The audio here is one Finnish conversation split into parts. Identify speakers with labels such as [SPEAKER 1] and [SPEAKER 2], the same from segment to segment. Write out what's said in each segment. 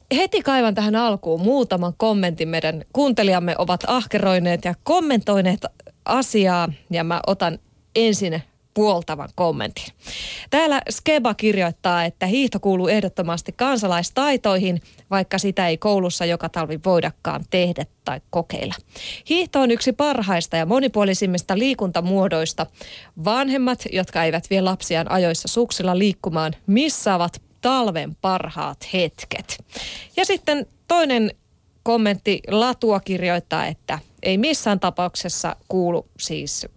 [SPEAKER 1] heti kaivan tähän alkuun muutaman kommentin. Meidän kuuntelijamme ovat ahkeroineet ja kommentoineet asiaa ja mä otan ensin puoltavan kommentin. Täällä Skeba kirjoittaa, että hiihto kuuluu ehdottomasti kansalaistaitoihin, vaikka sitä ei koulussa joka talvi voidakaan tehdä tai kokeilla. Hiihto on yksi parhaista ja monipuolisimmista liikuntamuodoista. Vanhemmat, jotka eivät vie lapsiaan ajoissa suksilla liikkumaan, missaavat talven parhaat hetket. Ja sitten toinen kommentti Latua kirjoittaa, että ei missään tapauksessa kuulu siis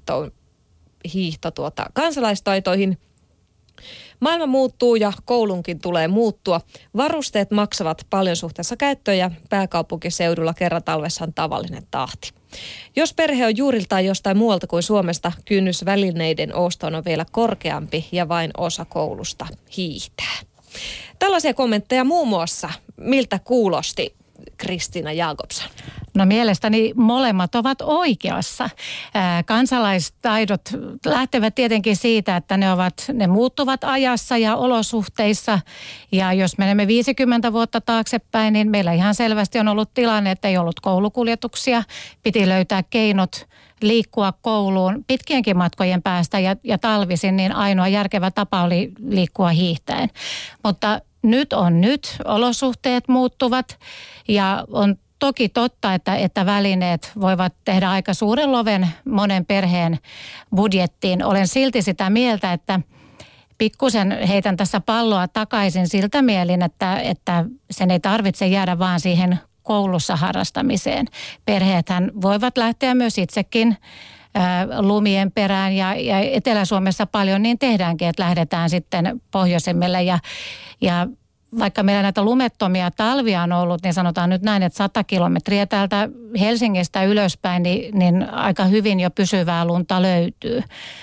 [SPEAKER 1] hiihto kansalaistaitoihin. Maailma muuttuu ja koulunkin tulee muuttua. Varusteet maksavat paljon suhteessa käyttöön ja pääkaupunkiseudulla kerran talvessa on tavallinen tahti. Jos perhe on juuriltaan jostain muualta kuin Suomesta, kynnys välineiden ostoon on vielä korkeampi ja vain osa koulusta hiihtää. Tällaisia kommentteja muun muassa. Miltä kuulosti Kristiina Jakobson?
[SPEAKER 2] No mielestäni molemmat ovat oikeassa. Kansalaistaidot lähtevät tietenkin siitä, että ne muuttuvat ajassa ja olosuhteissa. Ja jos menemme 50 vuotta taaksepäin, niin meillä ihan selvästi on ollut tilanne, että ei ollut koulukuljetuksia. Piti löytää keinot liikkua kouluun pitkienkin matkojen päästä ja talvisin, niin ainoa järkevä tapa oli liikkua hiihtäen. Mutta nyt olosuhteet muuttuvat ja on toki totta, että välineet voivat tehdä aika suuren loven monen perheen budjettiin. Olen silti sitä mieltä, että pikkusen heitän tässä palloa takaisin siltä mielin, että sen ei tarvitse jäädä vaan siihen koulussa harrastamiseen. Perheethän voivat lähteä myös itsekin lumien perään ja Etelä-Suomessa paljon niin tehdäänkin, että lähdetään sitten pohjoisemmille ja vaikka meillä näitä lumettomia talvia on ollut, niin sanotaan nyt näin, että 100 kilometriä täältä Helsingistä ylöspäin, niin aika hyvin jo pysyvää lunta löytyy.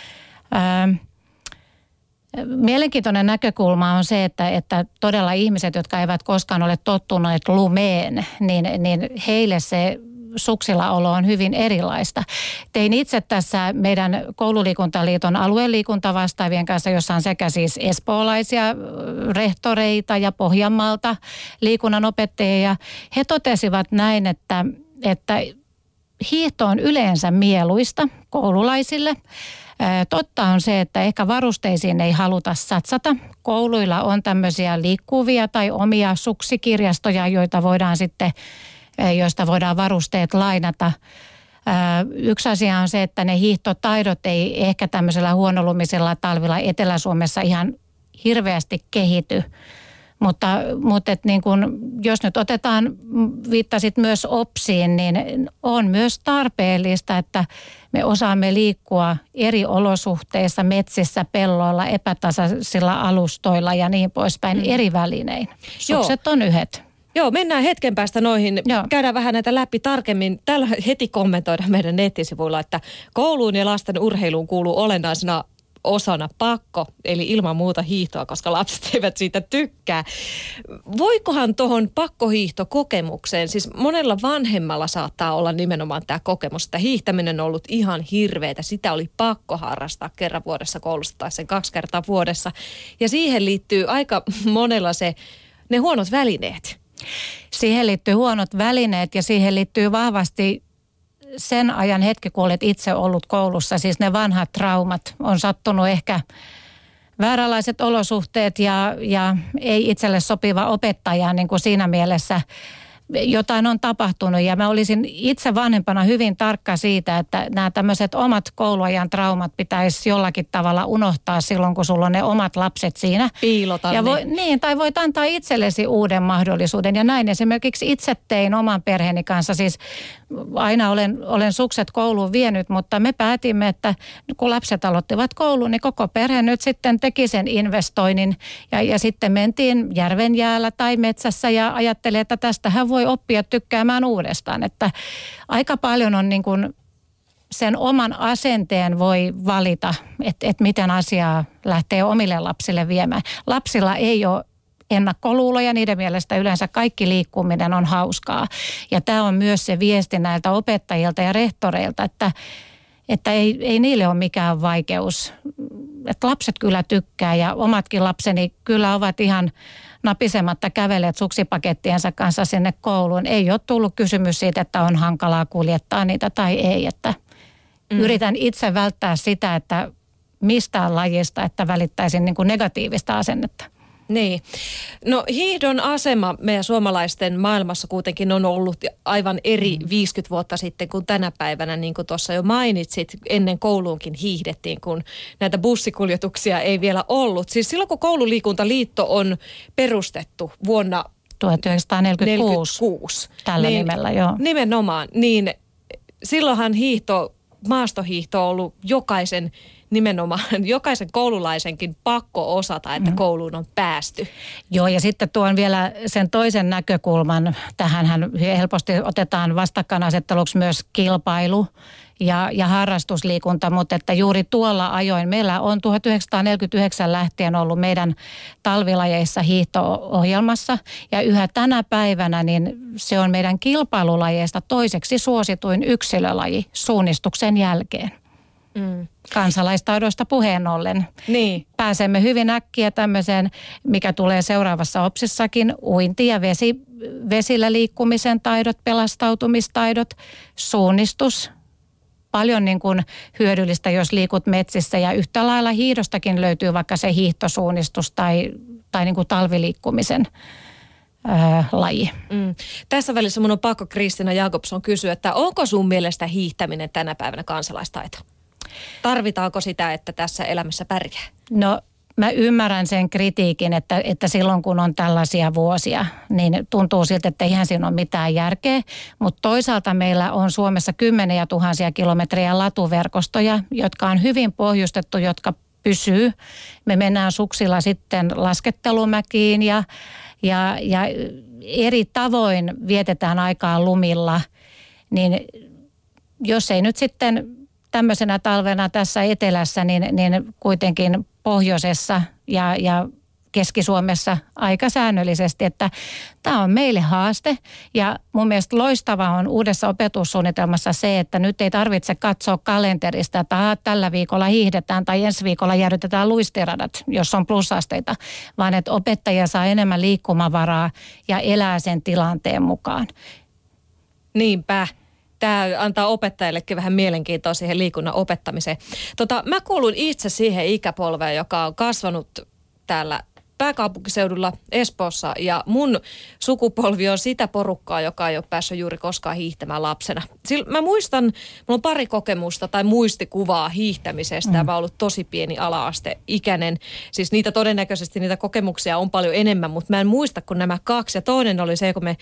[SPEAKER 2] Mielenkiintoinen näkökulma on se, että todella ihmiset, jotka eivät koskaan ole tottuneet lumeen, niin heille se suksillaolo on hyvin erilaista. Tein itse tässä meidän koululiikuntaliiton alueliikuntavastaavien kanssa, jossa on sekä siis espoolaisia rehtoreita ja Pohjanmaalta liikunnanopettajia. He totesivat näin, että hiihto on yleensä mieluista koululaisille. Totta on se, että ehkä varusteisiin ei haluta satsata. Kouluilla on tämmöisiä liikkuvia tai omia suksikirjastoja, joista voidaan varusteet lainata. Yksi asia on se, että ne hiihtotaidot ei ehkä tämmöisellä huonolumisella talvilla Etelä-Suomessa ihan hirveästi kehity. Mutta niin kun, jos nyt viittasit myös OPSiin, niin on myös tarpeellista, että me osaamme liikkua eri olosuhteissa, metsissä, pelloilla, epätasaisilla alustoilla ja niin poispäin eri välinein. Sukset on yhdet.
[SPEAKER 1] Joo, mennään hetken päästä noihin. Käydään vähän näitä läpi tarkemmin. Täällä heti kommentoidaan meidän nettisivuilla, että kouluun ja lasten urheiluun kuuluu olennaisena osana pakko, eli ilman muuta hiihtoa, koska lapset eivät siitä tykkää. Voikohan tuohon pakkohiihtokokemukseen, siis monella vanhemmalla saattaa olla nimenomaan tämä kokemus, että hiihtäminen on ollut ihan hirveätä. Sitä oli pakko harrastaa kerran vuodessa koulussa tai sen 2 kertaa vuodessa. Ja siihen liittyy aika monella ne huonot välineet.
[SPEAKER 2] Siihen liittyy huonot välineet ja siihen liittyy vahvasti sen ajan hetki, kun olet itse ollut koulussa. Siis ne vanhat traumat on sattunut ehkä vääränlaiset olosuhteet ja ei itselle sopiva opettaja, niin kuin siinä mielessä jotain on tapahtunut. Ja mä olisin itse vanhempana hyvin tarkka siitä, että nämä tämmöiset omat kouluajan traumat pitäisi jollakin tavalla unohtaa silloin, kun sulla on ne omat lapset siinä.
[SPEAKER 1] Piilota
[SPEAKER 2] ja tai voit antaa itsellesi uuden mahdollisuuden. Ja näin esimerkiksi itse tein oman perheeni kanssa. Siis aina olen sukset kouluun vienyt, mutta me päätimme, että kun lapset aloittivat kouluun, niin koko perhe nyt sitten teki sen investoinnin. Ja sitten mentiin järvenjäällä tai metsässä ja ajattelin, että tästähän voi oppia tykkäämään uudestaan. Että aika paljon on niin kuin sen oman asenteen voi valita, että miten asiaa lähtee omille lapsille viemään. Lapsilla ei ole ennakkoluuloja, niiden mielestä yleensä kaikki liikkuminen on hauskaa. Ja tämä on myös se viesti näiltä opettajilta ja rehtoreilta, että ei niille ole mikään vaikeus. Että lapset kyllä tykkää ja omatkin lapseni kyllä ovat ihan napisematta käveleet suksipakettiensa kanssa sinne kouluun. Ei ole tullut kysymys siitä, että on hankalaa kuljettaa niitä tai ei. Että yritän itse välttää sitä, että mistään lajista, että välittäisin niin kuin negatiivista asennetta.
[SPEAKER 1] Niin. No hiihdon asema meidän suomalaisten maailmassa kuitenkin on ollut aivan eri 50 vuotta sitten kuin tänä päivänä, niin kuin tuossa jo mainitsit, ennen kouluunkin hiihdettiin, kun näitä bussikuljetuksia ei vielä ollut. Siis silloin, kun Koululiikuntaliitto on perustettu vuonna
[SPEAKER 2] 1946 tällä nimellä, joo.
[SPEAKER 1] Nimenomaan, niin silloinhan maastohiihto on ollut jokaisen koululaisenkin pakko osata, että kouluun on päästy.
[SPEAKER 2] Joo, ja sitten tuon vielä sen toisen näkökulman. Tähänhän helposti otetaan vastakkainasetteluksi myös kilpailu ja harrastusliikunta, mutta että juuri tuolla ajoin meillä on 1949 lähtien ollut meidän talvilajeissa hiihto-ohjelmassa ja yhä tänä päivänä niin se on meidän kilpailulajeista toiseksi suosituin yksilölaji suunnistuksen jälkeen. Kansalaistaidoista puheen ollen.
[SPEAKER 1] Niin.
[SPEAKER 2] Pääsemme hyvin äkkiä tämmöiseen, mikä tulee seuraavassa OPSissakin, uinti- ja vesillä liikkumisen taidot, pelastautumistaidot, suunnistus. Paljon niin kuin hyödyllistä, jos liikut metsissä ja yhtä lailla hiihdostakin löytyy vaikka se hiihtosuunnistus tai niin kuin talviliikkumisen laji.
[SPEAKER 1] Tässä välissä mun on pakko Kristiina Jakobson kysyä, että onko sun mielestä hiihtäminen tänä päivänä kansalaistaito? Tarvitaanko sitä, että tässä elämässä pärjää?
[SPEAKER 2] No mä ymmärrän sen kritiikin, että silloin kun on tällaisia vuosia, niin tuntuu siltä, että eihän siinä ole mitään järkeä. Mutta toisaalta meillä on Suomessa 10 000 kilometriä latuverkostoja, jotka on hyvin pohjustettu, jotka pysyy. Me mennään suksilla sitten laskettelumäkiin ja eri tavoin vietetään aikaa lumilla. Niin jos ei nyt sitten tämmöisenä talvena tässä etelässä, niin kuitenkin pohjoisessa ja Keski-Suomessa aika säännöllisesti, että tämä on meille haaste. Ja mun mielestä loistava on uudessa opetussuunnitelmassa se, että nyt ei tarvitse katsoa kalenterista, että tällä viikolla hiihdetään tai ensi viikolla jäädytetään luistiradat, jos on plusasteita, vaan että opettaja saa enemmän liikkumavaraa ja elää sen tilanteen mukaan.
[SPEAKER 1] Niinpä. Tämä antaa opettajillekin vähän mielenkiintoa siihen liikunnan opettamiseen. Mä kuulun itse siihen ikäpolveen, joka on kasvanut täällä pääkaupunkiseudulla Espoossa ja mun sukupolvi on sitä porukkaa, joka ei ole päässyt juuri koskaan hiihtämään lapsena. Mä muistan, mulla on pari kokemusta tai muistikuvaa hiihtämisestä. Mä oon ollut tosi pieni ala-asteikäinen. Siis niitä kokemuksia on paljon enemmän, mutta mä en muista kuin nämä kaksi. Ja toinen oli se, kun me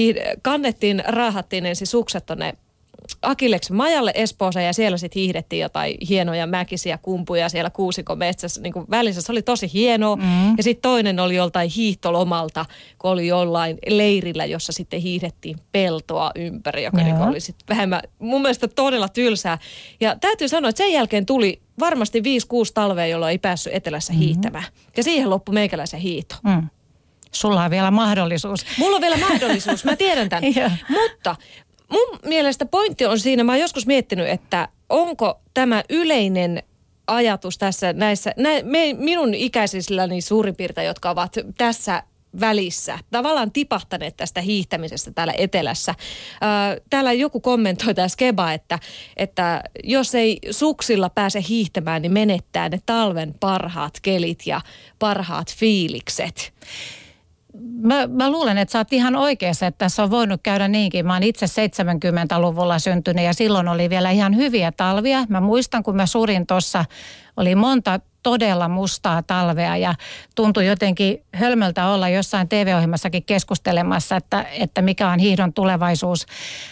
[SPEAKER 1] raahattiin ensin sukset tonne Akilleksen majalle Espooseen ja siellä sitten hiihdettiin jotain hienoja mäkisiä kumpuja siellä Kuusikon metsässä niin kuin välissä. Se oli tosi hienoa. Ja sitten toinen oli joltain hiihtolomalta, kun oli jollain leirillä, jossa sitten hiihdettiin peltoa ympäri, joka niin oli sitten vähemmän mun mielestä todella tylsää. Ja täytyy sanoa, että sen jälkeen tuli varmasti 5-6 talvea, jolloin ei päässyt etelässä hiihtämään. Ja siihen loppui meikäläisen hiihto.
[SPEAKER 2] Sulla on vielä mahdollisuus.
[SPEAKER 1] Mulla on vielä mahdollisuus, mä tiedän tämän. Mutta mun mielestä pointti on siinä, mä oon joskus miettinyt, että onko tämä yleinen ajatus tässä minun ikäisilläni suurin piirtein, jotka ovat tässä välissä, tavallaan tipahtaneet tästä hiihtämisestä täällä etelässä. Täällä joku kommentoi tämä Skeba, että jos ei suksilla pääse hiihtämään, niin menettää ne talven parhaat kelit ja parhaat fiilikset.
[SPEAKER 2] Mä luulen, että sä oot ihan oikeassa, että tässä on voinut käydä niinkin. Mä oon itse 70-luvulla syntynyt ja silloin oli vielä ihan hyviä talvia. Mä muistan, kun mä surin tuossa, oli monta todella mustaa talvea ja tuntui jotenkin hölmöltä olla jossain TV-ohjelmassakin keskustelemassa, että mikä on hiihdon tulevaisuus.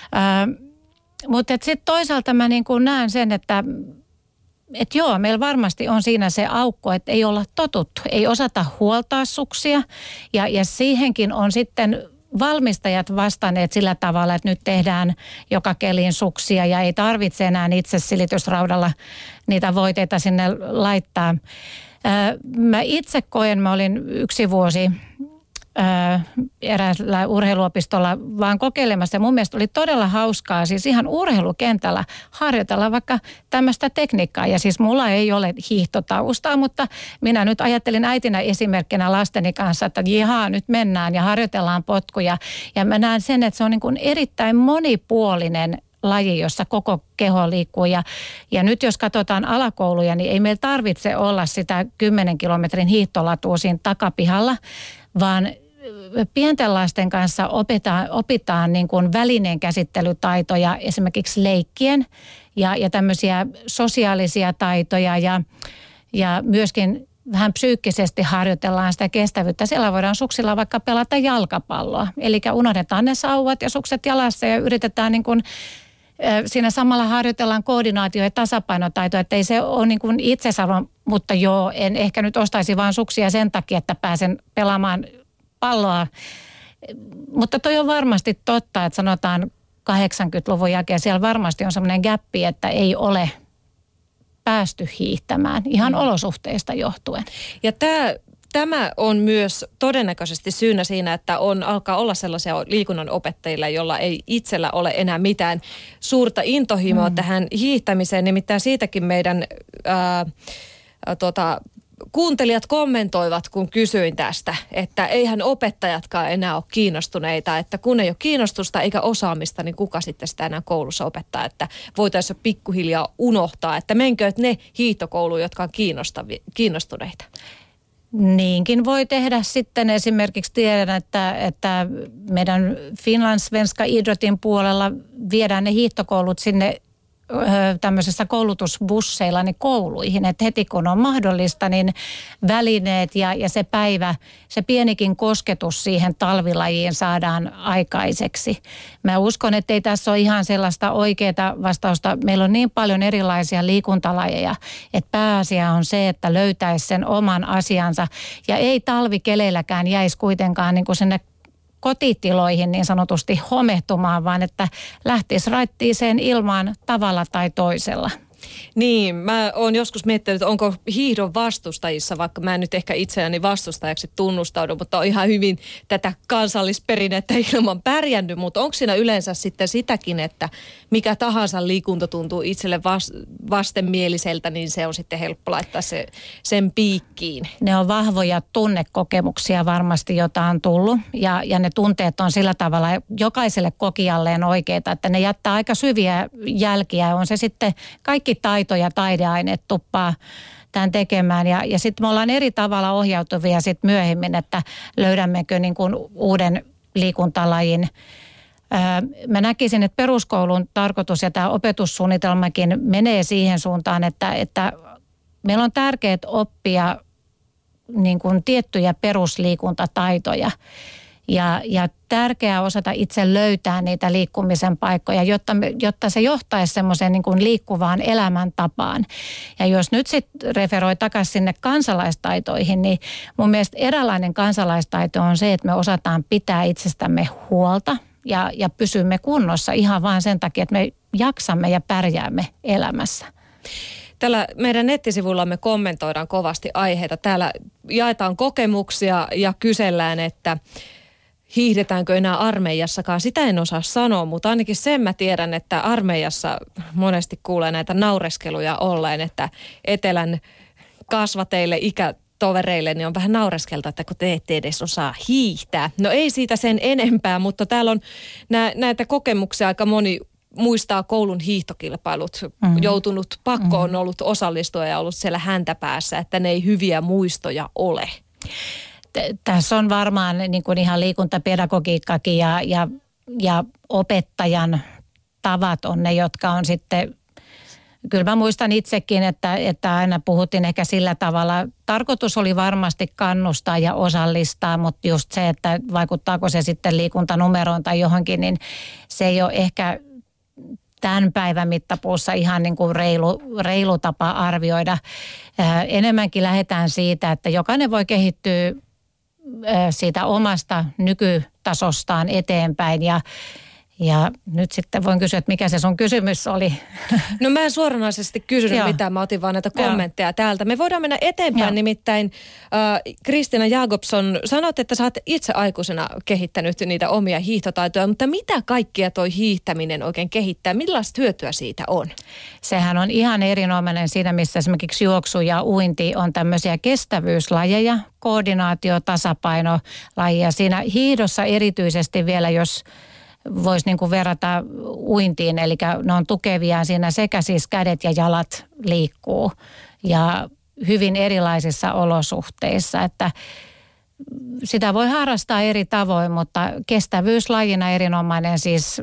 [SPEAKER 2] Mutta sitten toisaalta mä niin kuin näen sen, että joo, meillä varmasti on siinä se aukko, että ei olla totuttu, ei osata huoltaa suksia ja siihenkin on sitten valmistajat vastanneet sillä tavalla, että nyt tehdään joka keliin suksia ja ei tarvitse enää itse silitysraudalla niitä voiteita sinne laittaa. Mä itse koen, mä olin 1 vuosi eräällä urheiluopistolla vaan kokeilemassa. Ja mun mielestä oli todella hauskaa siis ihan urheilukentällä harjoitella vaikka tämmöistä tekniikkaa. Ja siis mulla ei ole hiihtotaustaa, mutta minä nyt ajattelin äitinä esimerkkinä lasteni kanssa, että nyt mennään ja harjoitellaan potkuja. Ja mä näen sen, että se on niin kuin erittäin monipuolinen laji, jossa koko keho liikkuu. Ja nyt jos katsotaan alakouluja, niin ei meillä tarvitse olla sitä 10 kilometrin hiihtolatua siinä takapihalla, vaan pienten lasten kanssa opitaan niin kuin välineen käsittelytaitoja, esimerkiksi leikkien ja tämmöisiä sosiaalisia taitoja ja myöskin vähän psyykkisesti harjoitellaan sitä kestävyyttä. Siellä voidaan suksilla vaikka pelata jalkapalloa. Eli unohdetaan ne sauvat ja sukset jalassa ja yritetään niin kuin siinä samalla harjoitellaan koordinaatio- ja tasapainotaitoa, että ei se ole niin kuin itsesarvo, mutta joo, en ehkä nyt ostaisi vaan suksia sen takia, että pääsen pelaamaan palloa. Mutta toi on varmasti totta, että sanotaan 80-luvun jälkeen siellä varmasti on semmoinen gäppi, että ei ole päästy hiihtämään ihan olosuhteista johtuen.
[SPEAKER 1] Ja tämä on myös todennäköisesti syynä siinä, että alkaa olla sellaisia liikunnan opettajilla, jolla ei itsellä ole enää mitään suurta intohimoa tähän hiihtämiseen. Nimittäin siitäkin meidän kuuntelijat kommentoivat, kun kysyin tästä, että eihän opettajatkaan enää ole kiinnostuneita, että kun ei ole kiinnostusta eikä osaamista, niin kuka sitten sitä enää koulussa opettaa, että voitaisiin pikkuhiljaa unohtaa, että menkööt ne hiihtokouluun, jotka on kiinnostuneita.
[SPEAKER 2] Niinkin voi tehdä sitten esimerkiksi tiedän, että meidän Finlandssvenska idrotin puolella viedään ne hiihtokoulut sinne tämmöisessä koulutusbusseilla niin kouluihin, että heti kun on mahdollista, niin välineet ja se päivä, se pienikin kosketus siihen talvilajiin saadaan aikaiseksi. Mä uskon, että ei tässä ole ihan sellaista oikeaa vastausta. Meillä on niin paljon erilaisia liikuntalajeja, että pääasia on se, että löytäisi sen oman asiansa ja ei talvikeleilläkään jäisi kuitenkaan niin kuin sinne kotitiloihin niin sanotusti homehtumaan, vaan että lähtisi raittiiseen ilmaan tavalla tai toisella.
[SPEAKER 1] Niin, mä oon joskus miettinyt, että onko hiihdon vastustajissa, vaikka mä en nyt ehkä itseäni vastustajaksi tunnustaudu, mutta on ihan hyvin tätä kansallisperinnettä ilman pärjännyt, mutta onko siinä yleensä sitten sitäkin, että mikä tahansa liikunta tuntuu itselle vastenmieliseltä, niin se on sitten helppo laittaa sen piikkiin.
[SPEAKER 2] Ne on vahvoja tunnekokemuksia varmasti, jota on tullut ja ne tunteet on sillä tavalla jokaiselle kokijalleen oikeita, että ne jättää aika syviä jälkiä, on se sitten kaikki taito ja taideaineet tuppaa tämän tekemään. Ja sitten me ollaan eri tavalla ohjautuvia sitten myöhemmin, että löydämmekö niin kuin uuden liikuntalajin. Mä näkisin, että peruskoulun tarkoitus ja tämä opetussuunnitelmakin menee siihen suuntaan, että meillä on tärkeää oppia niin kuin tiettyjä perusliikuntataitoja. Ja tärkeää osata itse löytää niitä liikkumisen paikkoja, jotta se johtaisi semmoiseen niin kuin liikkuvaan elämäntapaan. Ja jos nyt sitten referoi takaisin sinne kansalaistaitoihin, niin mun mielestä eräänlainen kansalaistaito on se, että me osataan pitää itsestämme huolta ja pysymme kunnossa ihan vain sen takia, että me jaksamme ja pärjäämme elämässä.
[SPEAKER 1] Tällä meidän nettisivuillamme kommentoidaan kovasti aiheita. Täällä jaetaan kokemuksia ja kysellään, että hiihdetäänkö enää armeijassakaan? Sitä en osaa sanoa, mutta ainakin sen mä tiedän, että armeijassa monesti kuulee näitä naureskeluja olleen, että etelän kasvateille, ikätovereille, niin on vähän naureskelta, että kun te ette edes osaa hiihtää. No ei siitä sen enempää, mutta täällä on näitä kokemuksia aika moni muistaa koulun hiihtokilpailut, joutunut pakkoon ollut osallistua ja ollut siellä häntäpäässä, että ne ei hyviä muistoja ole.
[SPEAKER 2] Tässä on varmaan niin kuin ihan liikuntapedagogiikkakin ja opettajan tavat on ne, jotka on sitten, kyllä mä muistan itsekin, että aina puhuttiin ehkä sillä tavalla, tarkoitus oli varmasti kannustaa ja osallistaa, mutta just se, että vaikuttaako se sitten liikuntanumeroon tai johonkin, niin se ei ole ehkä tämän päivän mittapuussa ihan niin kuin reilu tapa arvioida. Enemmänkin lähdetään siitä, että jokainen voi kehittyä siitä omasta nykytasostaan eteenpäin Ja nyt sitten voin kysyä, että mikä se sun kysymys oli.
[SPEAKER 1] No mä en suoranaisesti kysynyt mitään, mä otin vaan näitä kommentteja täältä. Me voidaan mennä eteenpäin, nimittäin Kristiina Jakobson, sanoit, että sä oot itse aikuisena kehittänyt niitä omia hiihtotaitoja, mutta mitä kaikkia toi hiihtäminen oikein kehittää? Millaista hyötyä siitä on?
[SPEAKER 2] Sehän on ihan erinomainen siinä, missä esimerkiksi juoksu ja uinti on tämmöisiä kestävyyslajeja, koordinaatio, tasapainolajeja. Siinä hiihdossa erityisesti vielä, jos voisi niin kuin verrata uintiin, eli ne on tukevia siinä sekä siis kädet ja jalat liikkuu ja hyvin erilaisissa olosuhteissa, että sitä voi harrastaa eri tavoin, mutta kestävyyslajina erinomainen siis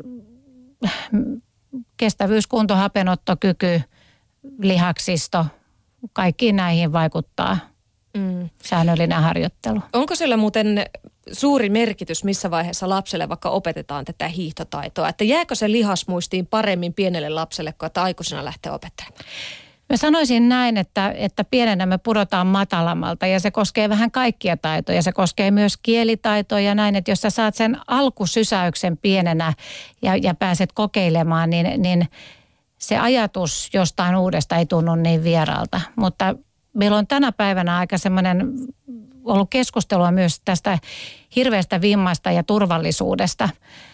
[SPEAKER 2] kestävyys, kunto, hapenottokyky, lihaksisto, kaikkiin näihin vaikuttaa säännöllinen harjoittelu.
[SPEAKER 1] Onko sillä muuten suuri merkitys, missä vaiheessa lapselle vaikka opetetaan tätä hiihtotaitoa? Että jääkö se lihasmuistiin paremmin pienelle lapselle, kun että aikuisena lähtee opettelemaan?
[SPEAKER 2] Mä sanoisin näin, että pienenä me pudotaan matalammalta ja se koskee vähän kaikkia taitoja. Se koskee myös kielitaitoja ja näin, että jos sä saat sen alkusysäyksen pienenä ja pääset kokeilemaan, niin se ajatus jostain uudesta ei tunnu niin vieraalta. Mutta meillä on tänä päivänä aika semmoinen ollut keskustelua myös tästä hirveästä vimmasta ja turvallisuudesta.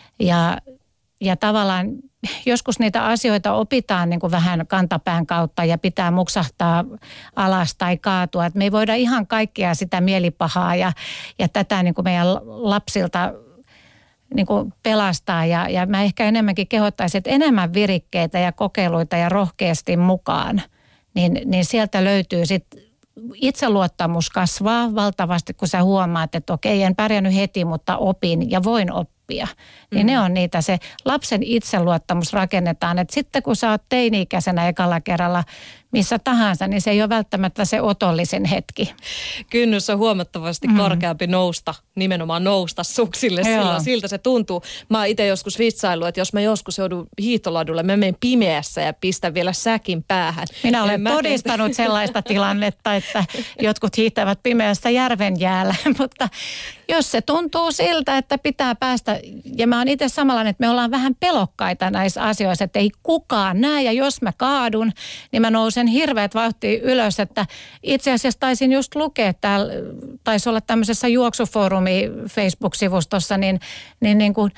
[SPEAKER 2] Ja tavallaan joskus niitä asioita opitaan niin kuin vähän kantapään kautta ja pitää muksahtaa alas tai kaatua. Et me ei voida ihan kaikkea sitä mielipahaa ja tätä niin kuin meidän lapsilta niin kuin pelastaa. Ja mä ehkä enemmänkin kehottaisin, että enemmän virikkeitä ja kokeiluita ja rohkeasti mukaan. Niin sieltä löytyy sitten itseluottamus kasvaa valtavasti, kun sä huomaat, että okei, en pärjännyt heti, mutta opin ja voin oppia. Niin ne on niitä, se lapsen itseluottamus rakennetaan, että sitten kun sä oot teini-ikäisenä ekalla kerralla missä tahansa, niin se ei ole välttämättä se otollisen hetki.
[SPEAKER 1] Kynnys on huomattavasti korkeampi nimenomaan nousta suksille, siltä se tuntuu. Mä oon itse joskus vitsaillut, että jos mä joskus joudun hiihtoladulle, mä menen pimeässä ja pistän vielä säkin päähän.
[SPEAKER 2] Minä olen todistanut sellaista tilannetta, että jotkut hiihtävät pimeässä järven jäällä, mutta jos se tuntuu siltä, että pitää päästä, ja mä oon itse samanlainen, että me ollaan vähän pelokkaita näissä asioissa, että ei kukaan näe, ja jos mä kaadun, niin mä nousen hirveät vauhtia ylös, että itse asiassa taisin just lukea, täällä taisi olla tämmöisessä juoksufoorumi Facebook-sivustossa, niin kuin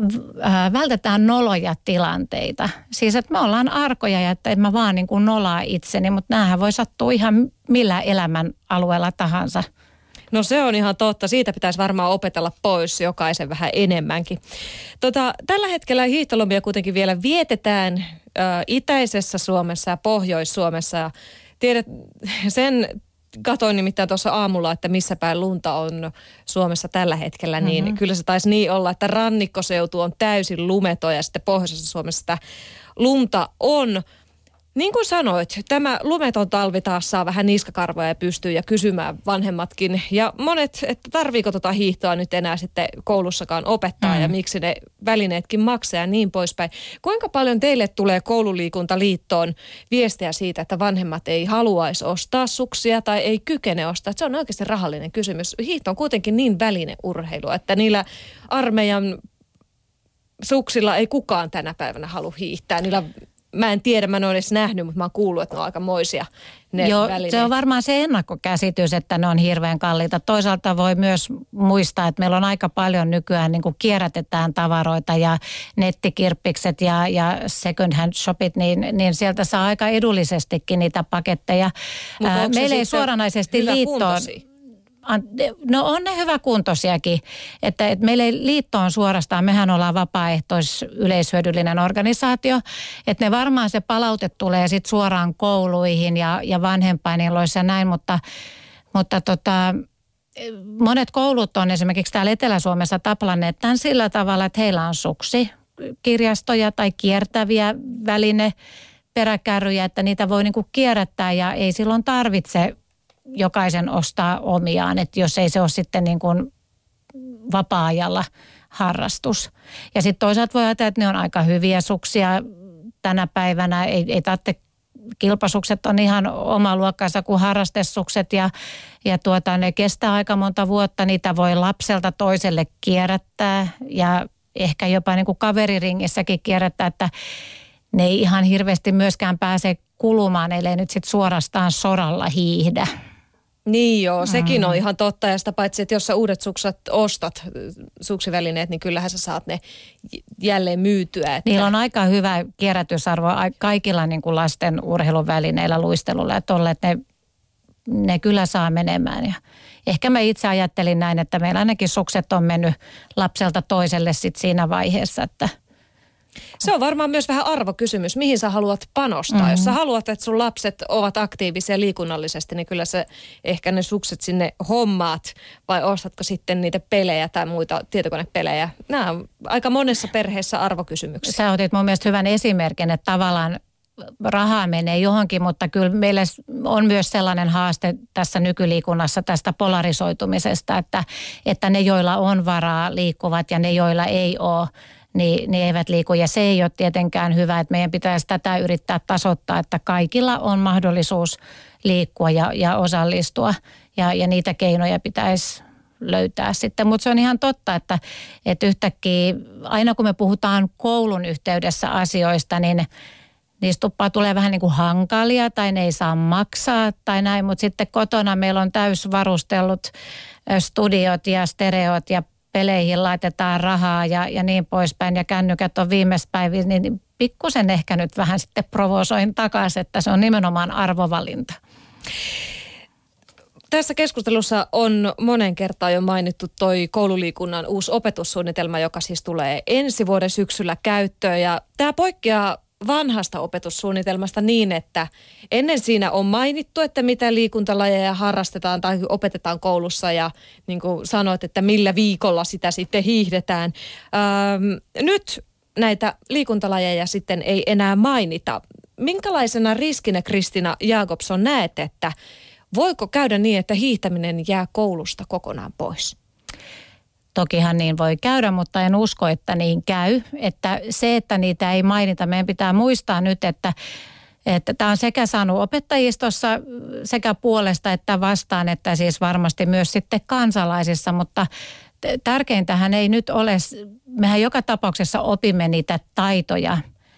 [SPEAKER 2] vältetään noloja tilanteita. Siis, että me ollaan arkoja ja että en mä vaan niin kuin nolaa itseni, mutta näähän voi sattua ihan millä elämän alueella tahansa.
[SPEAKER 1] No se on ihan totta. Siitä pitäisi varmaan opetella pois jokaisen vähän enemmänkin. Tällä hetkellä hiihtolomia kuitenkin vielä vietetään itäisessä Suomessa ja Pohjois-Suomessa. Ja tiedät, sen katoin nimittäin tuossa aamulla, että missä päin lunta on Suomessa tällä hetkellä, niin kyllä se taisi niin olla, että rannikkoseutu on täysin lumeton ja sitten pohjoisessa Suomessa sitä lunta on. Niin kuin sanoit, tämä lumeton talvi taas saa vähän niskakarvoja ja pystyy ja kysymään vanhemmatkin. Ja monet, että tarviiko hiihtoa nyt enää sitten koulussakaan opettaa ja miksi ne välineetkin maksaa ja niin poispäin. Kuinka paljon teille tulee Koululiikuntaliittoon viestiä siitä, että vanhemmat ei haluaisi ostaa suksia tai ei kykene ostaa? Se on oikeasti rahallinen kysymys. Hiihto on kuitenkin niin välineurheilu, että niillä armeijan suksilla ei kukaan tänä päivänä halua hiihtää. Mä en tiedä, mä en ole edes nähnyt, mutta mä oon kuullut, että ne on aikamoisia ne välineet.
[SPEAKER 2] Se on varmaan se ennakkokäsitys, että ne on hirveän kalliita. Toisaalta voi myös muistaa, että meillä on aika paljon nykyään niin kuin kierrätetään tavaroita ja nettikirppikset ja second hand shopit, niin sieltä saa aika edullisestikin niitä paketteja. Meillä ei suoranaisesti liittoon. No on ne hyväkuntoisiakin, että meillä ei liittoon suorastaan, mehän ollaan vapaaehtois-yleishyödyllinen organisaatio, että ne varmaan se palaute tulee sitten suoraan kouluihin ja vanhempainilloissa ja näin, mutta monet koulut on esimerkiksi täällä Etelä-Suomessa taplanneet tämän sillä tavalla, että heillä on suksikirjastoja tai kiertäviä välineperäkärryjä, että niitä voi niinku kierrättää ja ei silloin tarvitse jokaisen ostaa omiaan, että jos ei se ole sitten niin kuin vapaa-ajalla harrastus. Ja sitten toisaalta voi ajatella, että ne on aika hyviä suksia tänä päivänä. Ei tarvitse, kilpasukset on ihan oma luokkansa kuin harrastesukset ja ne kestää aika monta vuotta. Niitä voi lapselta toiselle kierrättää ja ehkä jopa niin kuin kaveriringissäkin kierrättää, että ne ei ihan hirveästi myöskään pääse kulumaan, ellei nyt sitten suorastaan soralla hiihdä.
[SPEAKER 1] Niin joo, sekin on ihan totta. Ja sitä paitsi, että jos sä uudet sukset ostat, suksivälineet, niin kyllähän sä saat ne jälleen myytyä. Että...
[SPEAKER 2] Niillä on aika hyvä kierrätysarvo kaikilla niin kuin lasten urheiluvälineillä, luistelulla ja tolle, että ne kyllä saa menemään. Ja ehkä mä itse ajattelin näin, että meillä ainakin sukset on mennyt lapselta toiselle sit siinä vaiheessa, että...
[SPEAKER 1] Se on varmaan myös vähän arvokysymys, mihin sä haluat panostaa. Jos sä haluat, että sun lapset ovat aktiivisia liikunnallisesti, niin kyllä sä ehkä ne sukset sinne hommaat, vai ostatko sitten niitä pelejä tai muita tietokonepelejä. Nämä on aika monessa perheessä arvokysymyksiä.
[SPEAKER 2] Sä otit mun mielestä hyvän esimerkin, että tavallaan rahaa menee johonkin, mutta kyllä meillä on myös sellainen haaste tässä nykyliikunnassa tästä polarisoitumisesta, että ne, joilla on varaa, liikkuvat ja ne, joilla ei ole, niin eivät liiku. Ja se ei ole tietenkään hyvä, että meidän pitäisi tätä yrittää tasoittaa, että kaikilla on mahdollisuus liikkua ja osallistua. Ja niitä keinoja pitäisi löytää sitten. Mutta se on ihan totta, että yhtäkkiä aina kun me puhutaan koulun yhteydessä asioista, niin niistä tulee vähän niin kuin hankalia tai ne ei saa maksaa tai näin. Mutta sitten kotona meillä on täysvarustellut studiot ja stereot ja peleihin laitetaan rahaa ja niin poispäin ja kännykät on viimeispäivillä, niin pikkusen ehkä nyt vähän sitten provosoin takaisin, että se on nimenomaan arvovalinta.
[SPEAKER 1] Tässä keskustelussa on monen kertaan jo mainittu toi koululiikunnan uusi opetussuunnitelma, joka siis tulee ensi vuoden syksyllä käyttöön ja tämä poikkeaa vanhasta opetussuunnitelmasta niin, että ennen siinä on mainittu, että mitä liikuntalajeja harrastetaan tai opetetaan koulussa ja niin kuin sanoit, että millä viikolla sitä sitten hiihdetään. Nyt näitä liikuntalajeja sitten ei enää mainita. Minkälaisena riskinä, Kristiina Jakobson, näet, että voiko käydä niin, että hiihtäminen jää koulusta kokonaan pois?
[SPEAKER 2] Tokihan niin voi käydä, mutta en usko, että niin käy. Että se, että niitä ei mainita, meidän pitää muistaa nyt, että tämä on sekä saanut opettajistossa sekä puolesta että vastaan, että siis varmasti myös sitten kansalaisissa, mutta tärkeintähän ei nyt ole, mehän joka tapauksessa opimme niitä taitoja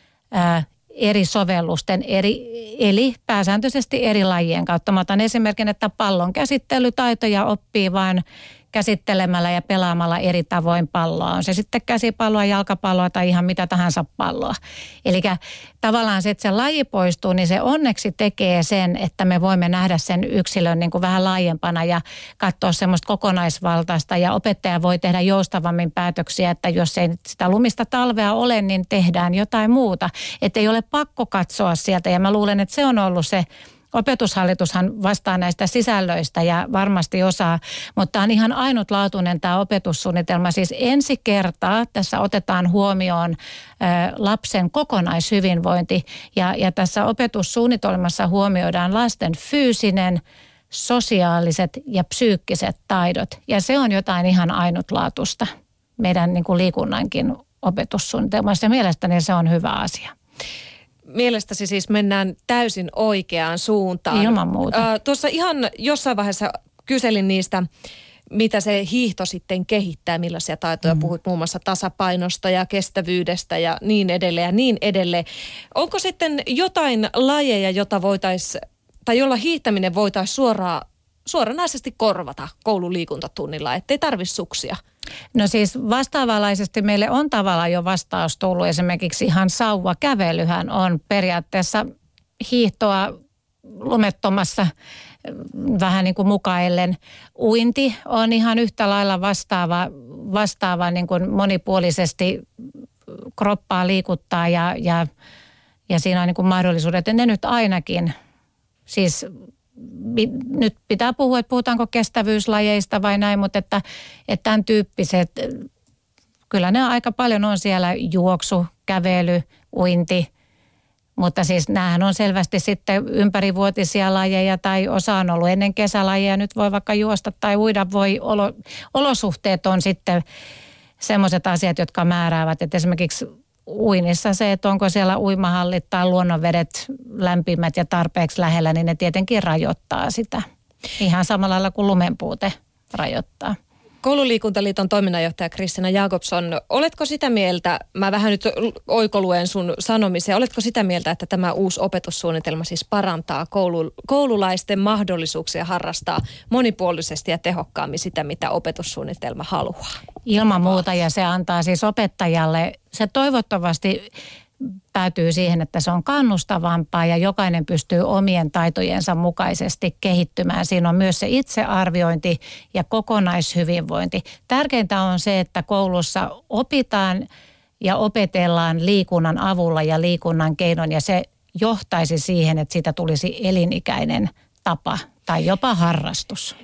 [SPEAKER 2] eri sovellusten, eli pääsääntöisesti eri lajien kautta. Mä otan esimerkin, että pallon käsittelytaitoja oppii vain käsittelemällä ja pelaamalla eri tavoin palloa. On se sitten käsipalloa, jalkapalloa tai ihan mitä tahansa palloa. Eli tavallaan se, että se laji poistuu, niin se onneksi tekee sen, että me voimme nähdä sen yksilön niin kuin vähän laajempana ja katsoa semmoista kokonaisvaltaista. Ja opettaja voi tehdä joustavammin päätöksiä, että jos ei sitä lumista talvea ole, niin tehdään jotain muuta. Että ei ole pakko katsoa sieltä ja mä luulen, että se on ollut se. Opetushallitushan vastaa näistä sisällöistä ja varmasti osaa, mutta on ihan ainutlaatuinen tämä opetussuunnitelma. Siis ensi kertaa tässä otetaan huomioon lapsen kokonaishyvinvointi ja tässä opetussuunnitelmassa huomioidaan lasten fyysinen, sosiaaliset ja psyykkiset taidot. Ja se on jotain ihan ainutlaatuista meidän niin kuin liikunnankin opetussuunnitelmassa ja mielestäni se on hyvä asia.
[SPEAKER 1] Mielestäsi siis mennään täysin oikeaan suuntaan.
[SPEAKER 2] Ilman muuta.
[SPEAKER 1] Tuossa ihan jossain vaiheessa kyselin niistä, mitä se hiihto sitten kehittää, millaisia taitoja puhut muun muassa tasapainosta ja kestävyydestä ja niin edelleen ja niin edelleen. Onko sitten jotain lajeja, jota tai jolla hiihtäminen voitaisiin suoranaisesti korvata koululiikuntatunnilla, ettei tarvitse suksia?
[SPEAKER 2] No siis vastaavanlaisesti meille on tavallaan jo vastaus tullut. Esimerkiksi ihan sauvakävelyhän on periaatteessa hiihtoa lumettomassa vähän niin kuin mukaillen. Uinti on ihan yhtä lailla vastaava niin kuin monipuolisesti kroppaa liikuttaa ja siinä on niin kuin mahdollisuudet, että ne nyt ainakin siis nyt pitää puhua, että puhutaanko kestävyyslajeista vai näin, mutta että tämän tyyppiset, kyllä ne aika paljon on siellä juoksu, kävely, uinti, mutta siis näähän on selvästi sitten ympärivuotisia lajeja tai osa on ollut ennen kesälajeja, nyt voi vaikka juosta tai uida, olosuhteet on sitten semmoiset asiat, jotka määräävät, että esimerkiksi uinnissa se, että onko siellä uimahallit tai luonnonvedet lämpimät ja tarpeeksi lähellä, niin ne tietenkin rajoittaa sitä. Ihan samalla lailla kuin lumenpuute rajoittaa.
[SPEAKER 1] Koululiikuntaliiton toiminnanjohtaja Kristiina Jakobson, oletko sitä mieltä, mä vähän nyt oikoluen sun sanomisia, oletko sitä mieltä, että tämä uusi opetussuunnitelma siis parantaa koululaisten mahdollisuuksia harrastaa monipuolisesti ja tehokkaammin sitä, mitä opetussuunnitelma haluaa?
[SPEAKER 2] Ilman muuta, ja se antaa siis opettajalle, se toivottavasti päätyy siihen, että se on kannustavampaa ja jokainen pystyy omien taitojensa mukaisesti kehittymään. Siinä on myös se itsearviointi ja kokonaishyvinvointi. Tärkeintä on se, että koulussa opitaan ja opetellaan liikunnan avulla ja liikunnan keinoin, ja se johtaisi siihen, että siitä tulisi elinikäinen tapa tai jopa harrastus.